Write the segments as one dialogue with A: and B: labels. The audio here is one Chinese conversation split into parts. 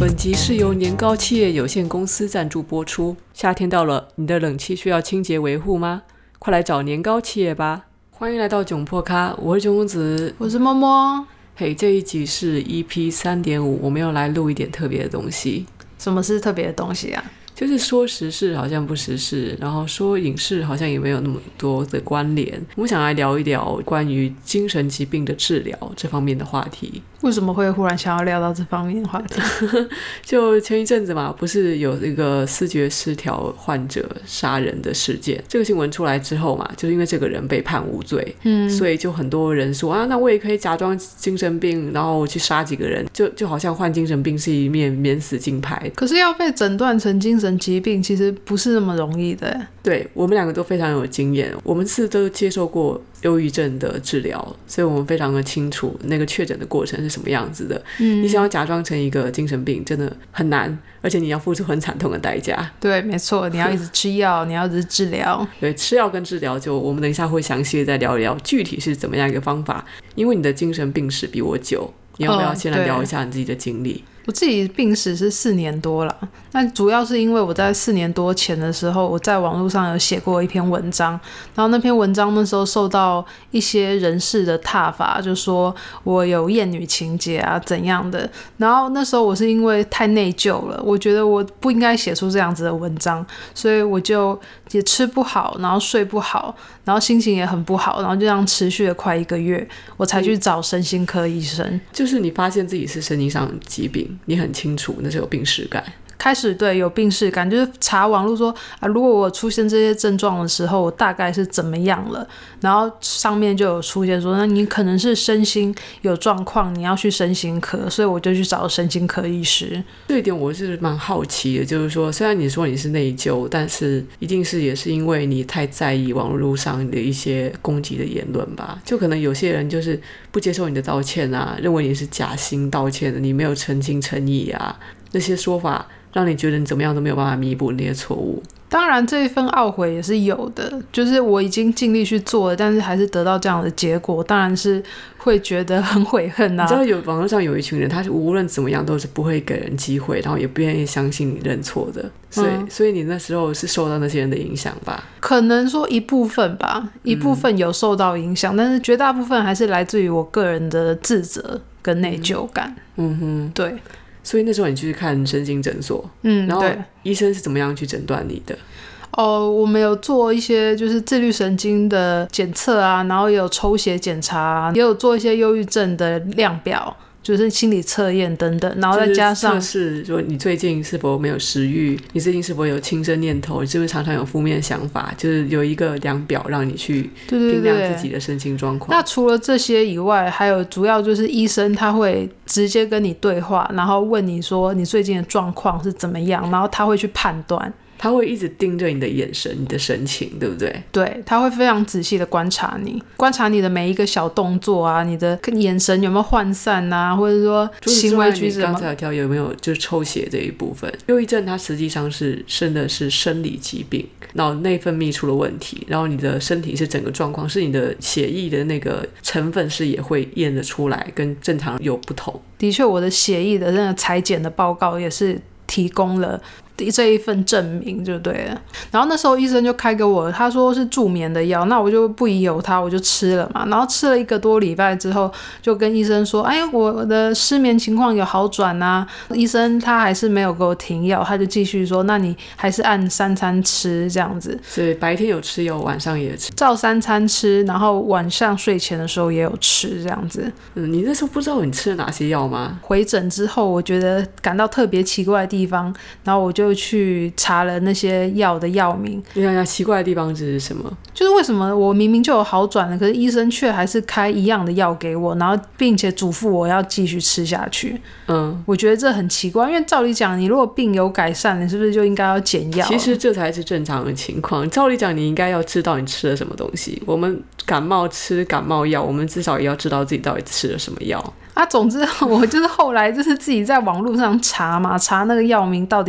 A: 本集是由年糕企业有限公司赞助播出。夏天到了，你的冷气需要清洁维护吗？快来找年糕企业吧！欢迎来到囧破咖，我是囧公子，
B: 我是摸摸。
A: 嘿，这一集是 EP 3.5，我们要来录一点特别的东西。
B: 什么是特别的东西啊？
A: 就是说时事好像不时事，然后说影视好像也没有那么多的关联。我们想来聊一聊关于精神疾病的治疗这方面的话题。
B: 为什么会忽然想要聊到这方面的话题？
A: 就前一阵子嘛，不是有一个思觉失调患者杀人的事件，这个新闻出来之后嘛，就是因为这个人被判无罪，所以就很多人说啊，那我也可以假装精神病，然后我去杀几个人，就好像患精神病是一面免死金牌。
B: 可是要被诊断成精神疾病其实不是那么容易的。
A: 对，我们两个都非常有经验，我们都接受过忧郁症的治疗，所以我们非常的清楚那个确诊的过程是什么样子的。你想要假装成一个精神病真的很难，而且你要付出很惨痛的代价。
B: 对，没错，你要一直吃药你要一直治疗。
A: 对，吃药跟治疗就我们等一下会详细的再聊一聊具体是怎么样一个方法。因为你的精神病史比我久，你要不要先来聊一下你自己的经历？
B: 我自己病史是4年多了，那主要是因为我在4年多前的时候，我在网络上有写过一篇文章，然后那篇文章那时候受到一些人士的挞伐，就说我有厌女情节啊怎样的，然后那时候我是因为太内疚了，我觉得我不应该写出这样子的文章，所以我就也吃不好，然后睡不好，然后心情也很不好，然后就这样持续了快1个月，我才去找身心科医生。
A: 就是你发现自己是身体上的疾病，你很清楚那是有病史感，
B: 开始对有病识感，就是查网络说啊，如果我出现这些症状的时候，我大概是怎么样了，然后上面就有出现说，那你可能是身心有状况，你要去身心科，所以我就去找身心科医师。
A: 这一点我是蛮好奇的，就是说虽然你说你是内疚，但是一定是也是因为你太在意网络上的一些攻击的言论吧，就可能有些人就是不接受你的道歉啊，认为你是假心道歉的，你没有诚心诚意啊，那些说法让你觉得你怎么样都没有办法弥补那些错误。
B: 当然这一份懊悔也是有的，就是我已经尽力去做了，但是还是得到这样的结果，当然是会觉得很悔恨啊。
A: 你知道网络上有一群人，他是无论怎么样都是不会给人机会，然后也不愿意相信你认错的，所以你那时候是受到那些人的影响吧？可
B: 能说一部分吧，一部分有受到影响，但是绝大部分还是来自于我个人的自责跟内疚感。对。
A: 所以那时候你去看身心诊所，然后医生是怎么样去诊断你的？
B: 我们有做一些就是自律神经的检测啊，然后也有抽血检查啊，也有做一些忧郁症的量表，就是心理测验等等，然后再加上
A: 测试说你最近是否没有食欲，你最近是否有轻生念头，你是不是常常有负面想法，就是有一个量表让你去评量自己的身心状况。
B: 那除了这些以外，还有主要就是医生他会直接跟你对话，然后问你说你最近的状况是怎么样，然后他会去判断，
A: 他会一直盯着你的眼神你的神情，对不对？
B: 对，他会非常仔细的观察你的每一个小动作啊，你的眼神有没有涣散啊，或者说行为举止。
A: 你刚才有提到有没有就是抽血这一部分，忧郁症它实际上是真的是生理疾病，脑内分泌出了问题，然后你的身体是整个状况，是你的血液的那个成分是也会验得出来，跟正常有不同。
B: 的确，我的血液的那个采检的报告也是提供了这一份证明就对了。然后那时候医生就开给我，他说是助眠的药，那我就不疑有他，我就吃了嘛。然后吃了1个多礼拜之后，就跟医生说，哎，我的失眠情况有好转啊。医生他还是没有给我停药，他就继续说，那你还是按3餐吃这样子。
A: 所以白天有吃药，晚上也吃，
B: 照3餐吃，然后晚上睡前的时候也有吃这样子。
A: 你那时候不知道你吃了哪些药吗？
B: 回诊之后，我觉得感到特别奇怪的地方，然后我就去查了那些药的药名。
A: 你想想奇怪的地方是什么？
B: 就是为什么我明明就有好转了，可是医生却还是开一样的药给我，然后并且嘱咐我要继续吃下去。我觉得这很奇怪，因为照理讲你如果病有改善，你是不是就应该要减药？
A: 其实这才是正常的情况，照理讲你应该要知道你吃了什么东西。我们感冒吃感冒药，我们至少也要知道自己到底吃了什么药啊。
B: 总之我就是后来就是自己在网络上查嘛，查那个药名到底是什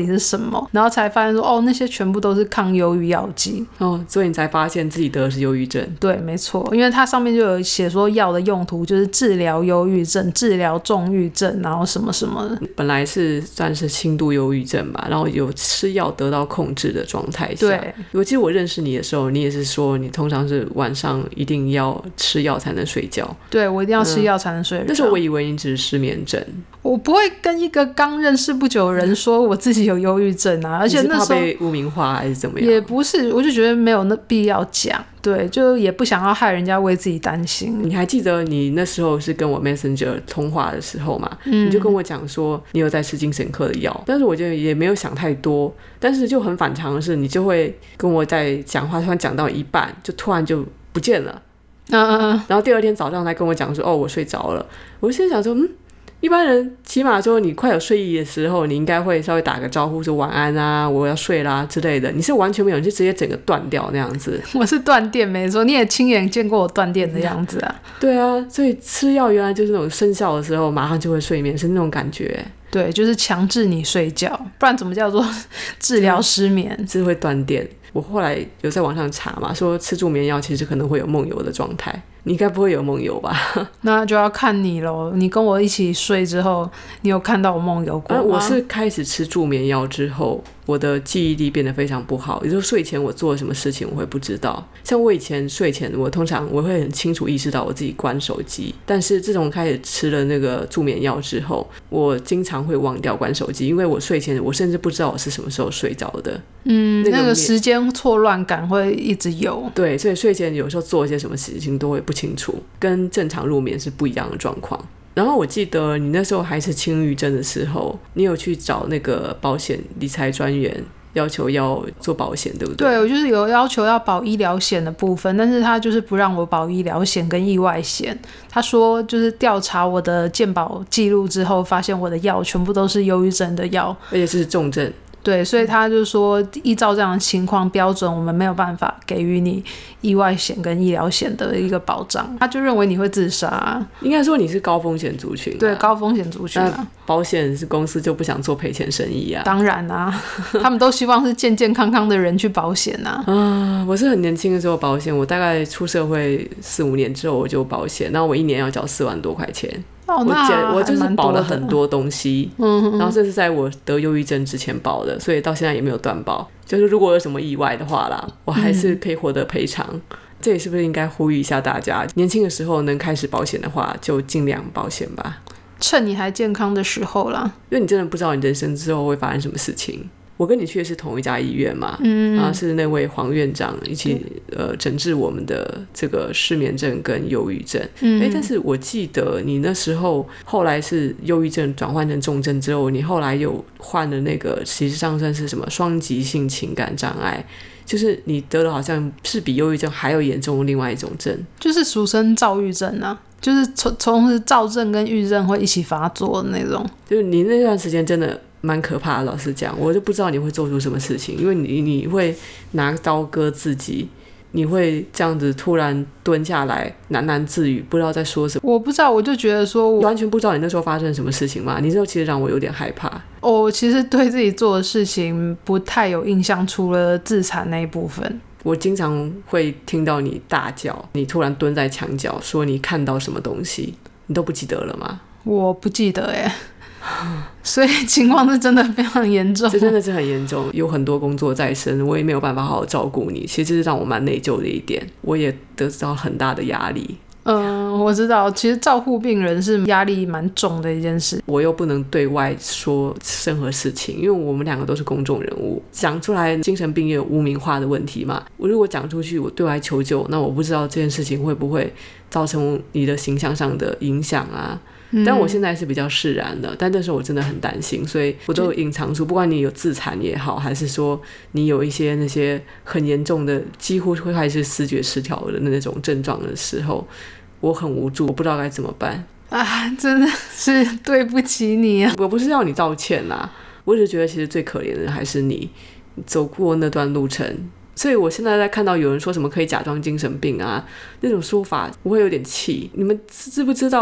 B: 么，然后才发现说哦，那些全部都是抗忧郁药剂。
A: 所以你才发现自己得的是忧郁症。
B: 对，没错，因为它上面就有写说药的用途就是治疗忧郁症、治疗重郁症，然后什么什么的。
A: 本来是算是轻度忧郁症吧，然后有吃药得到控制的状态下。
B: 对，
A: 我记得我认识你的时候，你也是说你通常是晚上一定要吃药才能睡觉。
B: 对，我一定要吃药才能睡觉。
A: 那时候我以为你只是失眠症。
B: 我不会跟一个刚认识不久的人说我自己有忧郁症啊，而且那时候
A: 你是怕被污名化还是怎么样？
B: 也不是，我就觉得没有那必要讲，对，就也不想要害人家为自己担心。
A: 你还记得你那时候是跟我 Messenger 通话的时候嘛？你就跟我讲说你有在吃精神科的药，但是我就也没有想太多，但是就很反常的是，你就会跟我在讲话，突然讲到一半就突然就不见了。然后第二天早上才跟我讲说我睡着了。我就心想说一般人起码说你快有睡意的时候，你应该会稍微打个招呼说晚安啊，我要睡啦之类的。你是完全没有，你就直接整个断掉那样子。
B: 我是断电没错，你也亲眼见过我断电的样子啊。
A: 对啊，所以吃药原来就是那种生效的时候马上就会睡眠，是那种感觉。
B: 对，就是强制你睡觉，不然怎么叫做治疗失眠？
A: 是会断电。我后来有在网上查嘛，说吃助眠药其实可能会有梦游的状态。你应该不会有梦游吧？
B: 那就要看你咯。你跟我一起睡之后，你有看到我梦游过吗？
A: 我是开始吃助眠药之后，我的记忆力变得非常不好，也就是睡前我做了什么事情我会不知道。像我以前睡前通常我会很清楚意识到我自己关手机，但是自从开始吃了那个助眠药之后，我经常会忘掉关手机，因为我睡前我甚至不知道我是什么时候睡着的。
B: 那个时间错乱感会一直有。
A: 对，所以睡前有时候做一些什么事情都会不清楚，跟正常入眠是不一样的状况。然后我记得你那时候还是轻郁症的时候，你有去找那个保险理财专员要求要做保险，对不对？
B: 对，我就是有要求要保医疗险的部分，但是他就是不让我保医疗险跟意外险。他说就是调查我的健保记录之后，发现我的药全部都是忧郁症的药，
A: 而且是重症。
B: 对，所以他就说依照这样的情况标准，我们没有办法给予你意外险跟医疗险的一个保障。他就认为你会自杀。
A: 应该说你是高风险族群。
B: 对，高风险族群啊。
A: 保险是公司就不想做赔钱生意啊。
B: 当然啊，他们都希望是健健康康的人去保险啊。
A: 我是很年轻的时候保险，我大概出社会4-5年之后我就保险，然后我一年要缴4万多块钱。我就是保了很多东西，然后这是在我得忧郁症之前保的，所以到现在也没有断保。就是如果有什么意外的话啦，我还是可以获得赔偿。这也是不是应该呼吁一下大家，年轻的时候能开始保险的话，就尽量保险吧，
B: 趁你还健康的时候啦。
A: 因为你真的不知道你人生之后会发生什么事情。我跟你去的是同一家医院嘛，然后是那位黄院长一起诊治我们的这个失眠症跟忧郁症。但是我记得你那时候后来是忧郁症转换成重症之后，你后来又患了那个其实上算是什么双极性情感障碍，就是你得了好像是比忧郁症还要严重的另外一种症，
B: 就是俗称躁郁症啊，就是从是躁症跟郁症会一起发作的那种。
A: 就是你那段时间真的蛮可怕的，老实讲，我就不知道你会做出什么事情，因为你会拿刀割自己，你会这样子突然蹲下来喃喃自语，不知道在说什么。
B: 我不知道，我就觉得说我
A: 完全不知道你那时候发生什么事情嘛。你那时候其实让我有点害怕。
B: 我其实对自己做的事情不太有印象，除了自残那一部分。
A: 我经常会听到你大叫，你突然蹲在墙角说你看到什么东西，你都不记得了吗？
B: 我不记得耶。所以情况是真的非常严重，
A: 这真的是很严重，有很多工作在身，我也没有办法好好照顾你，其实这是让我蛮内疚的一点，我也得到很大的压力。
B: 我知道，其实照顾病人是压力蛮重的一件事。
A: 我又不能对外说任何事情，因为我们两个都是公众人物，讲出来精神病也有污名化的问题嘛。我如果讲出去，我对外求救，那我不知道这件事情会不会造成你的形象上的影响啊。但我现在是比较释然的，但那时候我真的很担心，所以我都有隐藏住，不管你有自残也好，还是说你有一些那些很严重的几乎会开始思觉失调的那种症状的时候，我很无助，我不知道该怎么办
B: 啊！真的是对不起你啊！
A: 我不是要你道歉啦，我只是觉得其实最可怜的还是你走过那段路程。所以我现在在看到有人说什么可以假装精神病啊那种说法，我会有点气。你们知不知道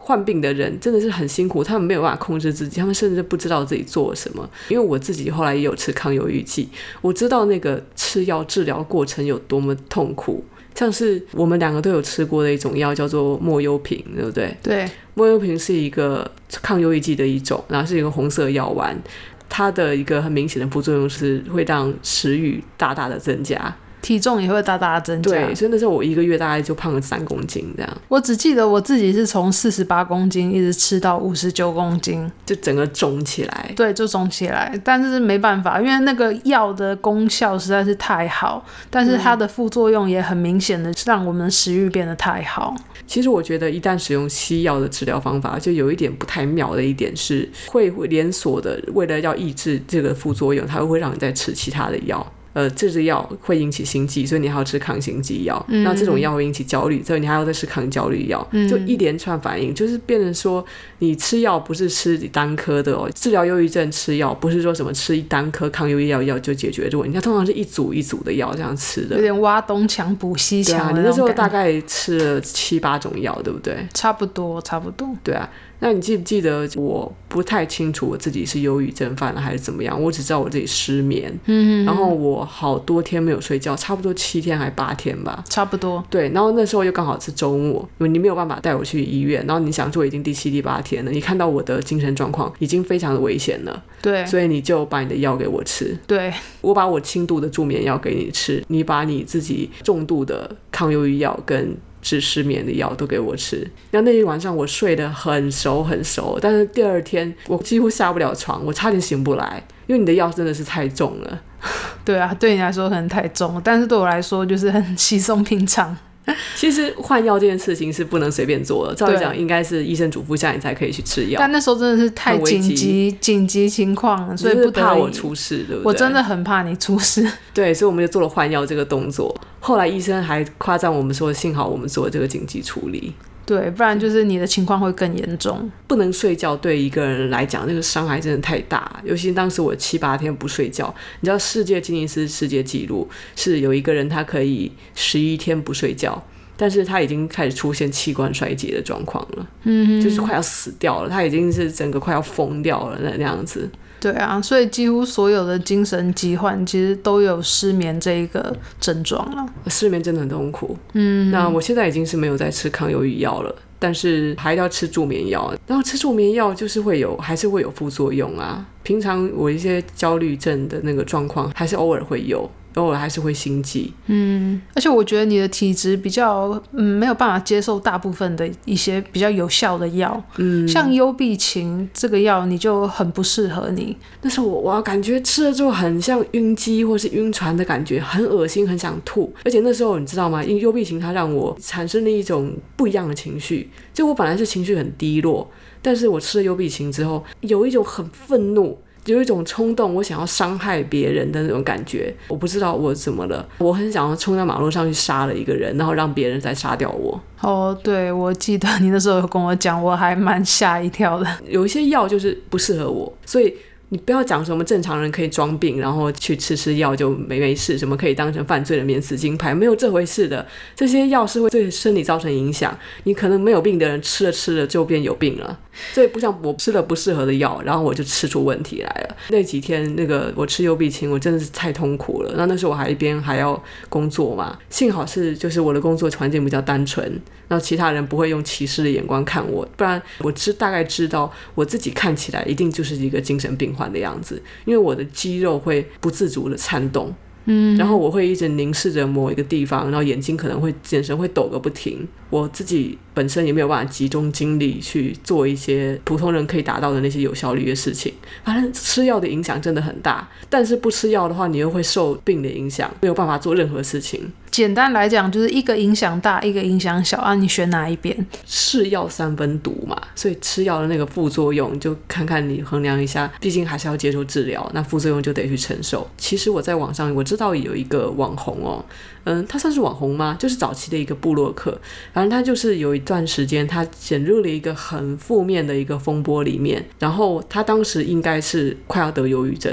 A: 患病的人真的是很辛苦，他们没有办法控制自己，他们甚至不知道自己做了什么。因为我自己后来也有吃抗忧郁剂，我知道那个吃药治疗过程有多么痛苦。像是我们2个都有吃过的一种药叫做莫优平，对不对？
B: 对，
A: 莫优平是一个抗忧郁剂的一种，然后是一个红色药丸，它的一个很明显的副作用是会让食欲大大的增加，
B: 体重也会大大的增加。
A: 对，所以那时候我1个月大概就胖了3公斤这样。
B: 我只记得我自己是从48公斤一直吃到59公斤，
A: 就整个肿起来。
B: 对，就肿起来。但是没办法，因为那个药的功效实在是太好，但是它的副作用也很明显的让我们的食欲变得太好。
A: 其实我觉得一旦使用西药的治疗方法，就有一点不太妙的一点是会连锁的，为了要抑制这个副作用，它会让你再吃其他的药。这支药会引起心悸，所以你还要吃抗心悸药。那这种药会引起焦虑，所以你还要再吃抗焦虑药。就一连串反应，就是变成说你吃药不是吃单颗的哦。治疗忧郁症吃药不是说什么吃单颗抗忧郁药就解决这个问题，它通常是一组一组的药这样吃的，
B: 有点挖东墙补西墙的那种感觉。
A: 你那时候大概吃了7、8种药，对不对？
B: 差不多。
A: 对啊。那你记不记得，我不太清楚我自己是忧郁症犯了还是怎么样，我只知道我自己失眠，然后我好多天没有睡觉，差不多7天还8天吧，
B: 差不多。对，
A: 然后那时候又刚好是周末，因为你没有办法带我去医院，然后你想说已经第7、第8天了，你看到我的精神状况已经非常的危险了，
B: 对，
A: 所以你就把你的药给我吃，
B: 对，
A: 我把我轻度的助眠药给你吃，你把你自己重度的抗忧郁药跟治失眠的药都给我吃。那一晚上我睡得很熟，但是第2天我几乎下不了床，我差点醒不来，因为你的药真的是太重了。
B: 对啊，对你来说可能太重，但是对我来说就是很稀松平常。
A: 其实换药这件事情是不能随便做的，照理讲应该是医生嘱咐下你才可以去吃药，
B: 但那时候真的是太紧急情况了，所以不
A: 怕我出事，对不对？
B: 我真的很怕你出事。
A: 对，所以我们就做了换药这个动作。后来医生还夸赞我们说，幸好我们做了这个紧急处理。
B: 对，不然就是你的情况会更严重。
A: 不能睡觉对一个人来讲，那个伤害真的太大。尤其当时我7、8天不睡觉，你知道世界吉尼斯世界纪录是有一个人他可以11天不睡觉，但是他已经开始出现器官衰竭的状况了，就是快要死掉了，他已经是整个快要疯掉了那样子。
B: 对啊，所以几乎所有的精神疾患其实都有失眠这一个症状了。
A: 失眠真的很痛苦。那我现在已经是没有在吃抗忧郁药了，但是还要吃助眠药，然后吃助眠药就是还是会有副作用啊。平常我一些焦虑症的那个状况还是偶尔会有，偶尔还是会心悸。
B: 而且我觉得你的体质比较没有办法接受大部分的一些比较有效的药，像幽闭嗪这个药你就很不适合你。
A: 那时候我感觉吃了之后很像晕机或是晕船的感觉，很恶心，很想吐。而且那时候你知道吗，因为幽闭嗪它让我产生了一种不一样的情绪，就我本来是情绪很低落，但是我吃了幽闭嗪之后有一种很愤怒，有一种冲动，我想要伤害别人的那种感觉。我不知道我怎么了，我很想要冲到马路上去杀了一个人，然后让别人再杀掉我。
B: 对，我记得你那时候有跟我讲，我还蛮吓一跳的。
A: 有一些药就是不适合我，所以你不要讲什么正常人可以装病然后去吃药就没事，什么可以当成犯罪的免死金牌，没有这回事的。这些药是会对身体造成影响，你可能没有病的人吃了就变有病了。所以不像我吃了不适合的药，然后我就吃出问题来了。那几天我吃幽闭嗪，我真的是太痛苦了。那时候我一边还要工作嘛，幸好是就是我的工作环境比较单纯，然后其他人不会用歧视的眼光看我，不然我大概知道我自己看起来一定就是一个精神病患的样子，因为我的肌肉会不自主的颤动。然后我会一直凝视着某一个地方，然后眼睛可能会眼神会抖个不停，我自己本身也没有办法集中精力去做一些普通人可以达到的那些有效率的事情。反正吃药的影响真的很大，但是不吃药的话你又会受病的影响，没有办法做任何事情。
B: 简单来讲就是一个影响大一个影响小啊，你选哪一边？是
A: 药3分毒嘛，所以吃药的那个副作用就看看你衡量一下，毕竟还是要接受治疗，那副作用就得去承受。其实我在网上我知道有一个网红他算是网红吗？就是早期的一个部落客，反正他就是有一段时间他陷入了一个很负面的一个风波里面，然后他当时应该是快要得忧郁症了。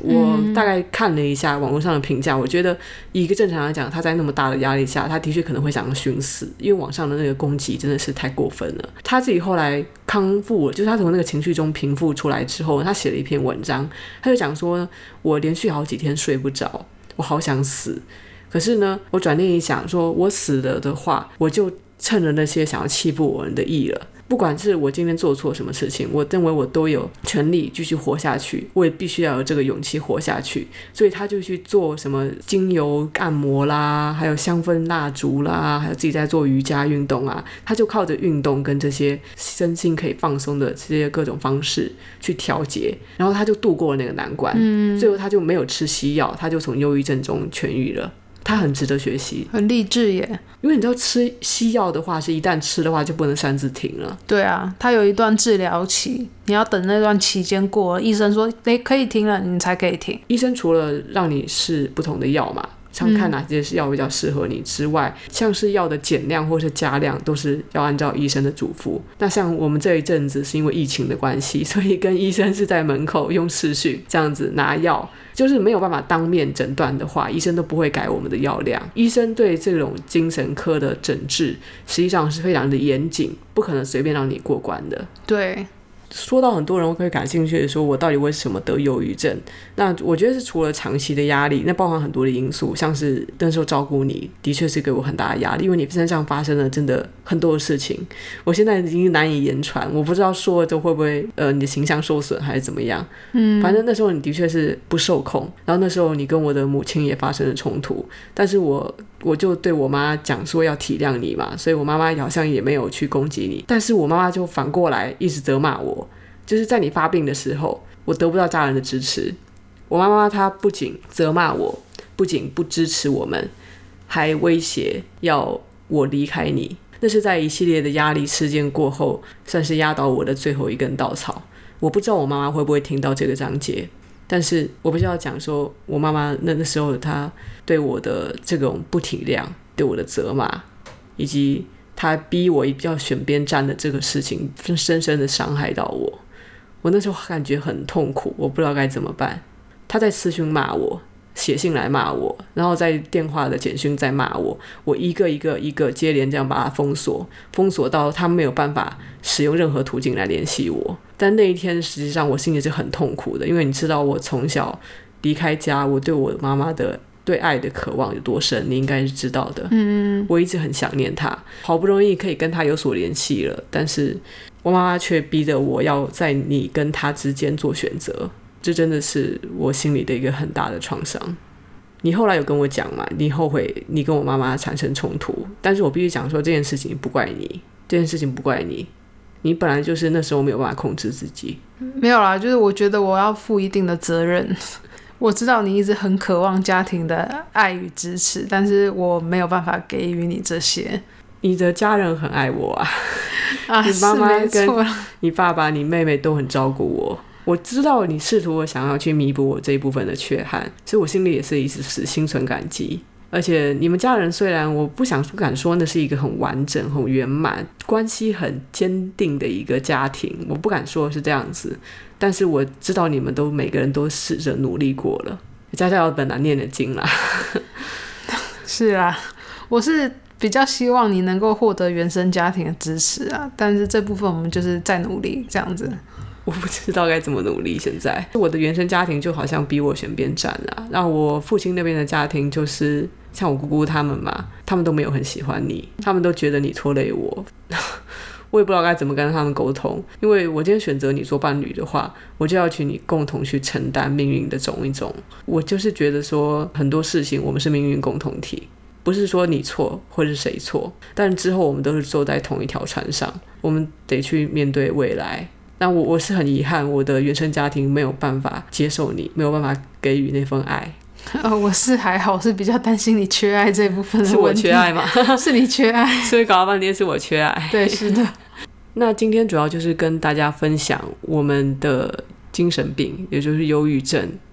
A: 我大概看了一下网络上的评价，我觉得以一个正常来讲，他在那么大的压力下，他的确可能会想要寻死，因为网上的那个攻击真的是太过分了。他自己后来康复了，就是他从那个情绪中平复出来之后，他写了一篇文章，他就讲说，我连续好几天睡不着，我好想死。可是呢，我转念一想，说我死了的话，我就趁了那些想要欺负我人的意了。不管是我今天做错什么事情，我认为我都有权利继续活下去，我也必须要有这个勇气活下去。所以他就去做什么精油按摩啦，还有香氛蜡烛啦，还有自己在做瑜伽运动啊，他就靠着运动跟这些身心可以放松的这些各种方式去调节，然后他就度过了那个难关。最后他就没有吃西药，他就从忧郁症中痊愈了。他很值得学习，
B: 很励志耶。
A: 因为你知道吃西药的话，是一旦吃的话就不能擅自停了。
B: 对啊，他有一段治疗期，你要等那段期间过了，医生说可以停了，你才可以停。
A: 医生除了让你试不同的药嘛，像看哪些是药比较适合你之外，像是药的减量或是加量都是要按照医生的嘱咐。那像我们这一阵子是因为疫情的关系，所以跟医生是在门口用视讯这样子拿药，就是没有办法当面诊断的话，医生都不会改我们的药量。医生对这种精神科的诊治实际上是非常的严谨，不可能随便让你过关的。
B: 对，
A: 说到很多人会感兴趣的说，我到底为什么得忧郁症？那我觉得是除了长期的压力，那包含很多的因素，像是那时候照顾你的确是给我很大的压力，因为你身上发生了真的很多的事情，我现在已经难以言传，我不知道说了之后会不会你的形象受损还是怎么样。反正那时候你的确是不受控，然后那时候你跟我的母亲也发生了冲突，但是我就对我妈讲说要体谅你嘛，所以我妈妈好像也没有去攻击你，但是我妈妈就反过来一直责骂我，就是在你发病的时候，我得不到家人的支持。我妈妈她不仅责骂我，不仅不支持我们，还威胁要我离开你。那是在一系列的压力事件过后，算是压倒我的最后一根稻草。我不知道我妈妈会不会听到这个章节，但是我必须要讲说，我妈妈那时候她对我的这种不体谅，对我的责骂，以及她逼我要选边站的这个事情，深深的伤害到我。我那时候感觉很痛苦，我不知道该怎么办。她在私讯骂我，写信来骂我，然后在电话的简讯再骂我，我一个一个接连这样把它封锁到他没有办法使用任何途径来联系我。但那一天实际上我心里是很痛苦的，因为你知道我从小离开家，我对我妈妈的对爱的渴望有多深，你应该是知道的。我一直很想念她，好不容易可以跟她有所联系了，但是我妈妈却逼着我要在你跟她之间做选择，这真的是我心里的一个很大的创伤。你后来有跟我讲嘛，你后悔你跟我妈妈产生冲突，但是我必须讲说这件事情不怪你，这件事情不怪你，你本来就是那时候没有办法控制自己。
B: 没有啦，就是我觉得我要负一定的责任。我知道你一直很渴望家庭的爱与支持，但是我没有办法给予你这些。
A: 你的家人很爱我啊，你妈妈跟你爸爸你妹妹都很照顾我，我知道你试图想要去弥补我这一部分的缺憾，所以我心里也是一直心存感激。而且你们家人虽然我不敢说那是一个很完整很圆满关系很坚定的一个家庭，我不敢说是这样子，但是我知道你们都每个人都试着努力过了，家家有本难念的经啦。
B: 是啦，我是比较希望你能够获得原生家庭的支持啊，但是这部分我们就是在努力这样子。
A: 我不知道该怎么努力。现在我的原生家庭就好像逼我选边站啦，然后我父亲那边的家庭就是像我姑姑他们嘛，他们都没有很喜欢你，他们都觉得你拖累我。我也不知道该怎么跟他们沟通，因为我今天选择你做伴侣的话，我就要请你共同去承担命运的种一种。我就是觉得说很多事情我们是命运共同体，不是说你错或是谁错，但之后我们都是坐在同一条船上，我们得去面对未来。那我是很遗憾我的原生家庭没有办法接受你，没有办法给予那份爱。
B: 我是还好，是比较担心你缺爱这部分的问题。
A: 是我缺爱吗？
B: 是你缺爱，
A: 所以搞了半天是我缺爱。
B: 对，是的。
A: 那今天主要就是跟大家分享我们的精神病，也就是忧郁症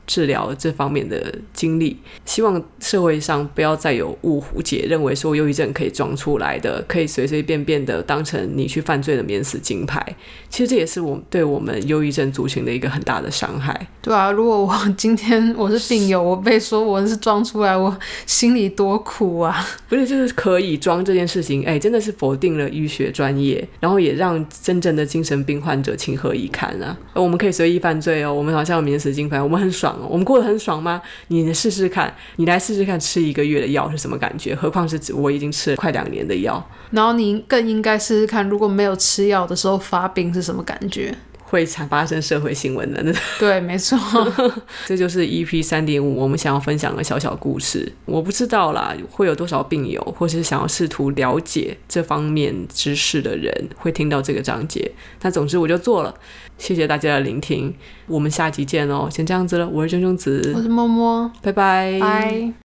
A: 治疗这方面的经历，希望社会上不要再有误解，认为说忧郁症可以装出来的，可以随随便便的当成你去犯罪的免死金牌。其实这也是对我们忧郁症族群的一个很大的伤害。
B: 对啊，如果我今天我是病友，我被说我是装出来，我心里多苦啊。
A: 不是，就是可以装这件事情，真的是否定了医学专业，然后也让真正的精神病患者情何以堪啊。我们可以随意犯罪哦，我们好像有免死金牌，我们很爽哦，我们过得很爽吗？你试试看，你来试试看吃1个月的药是什么感觉，何况是我已经吃了快2年的药。
B: 然后你更应该试试看，如果没有吃药的时候发病是什么感觉，
A: 会发生社会新闻的。
B: 对，没错。
A: 这就是 EP 3.5 我们想要分享的小小故事。我不知道啦，会有多少病友或是想要试图了解这方面知识的人会听到这个章节，但总之我就做了。谢谢大家的聆听，我们下集见哦。先这样子了，我是炯炯子，
B: 我是默默，
A: 拜拜。
B: 拜。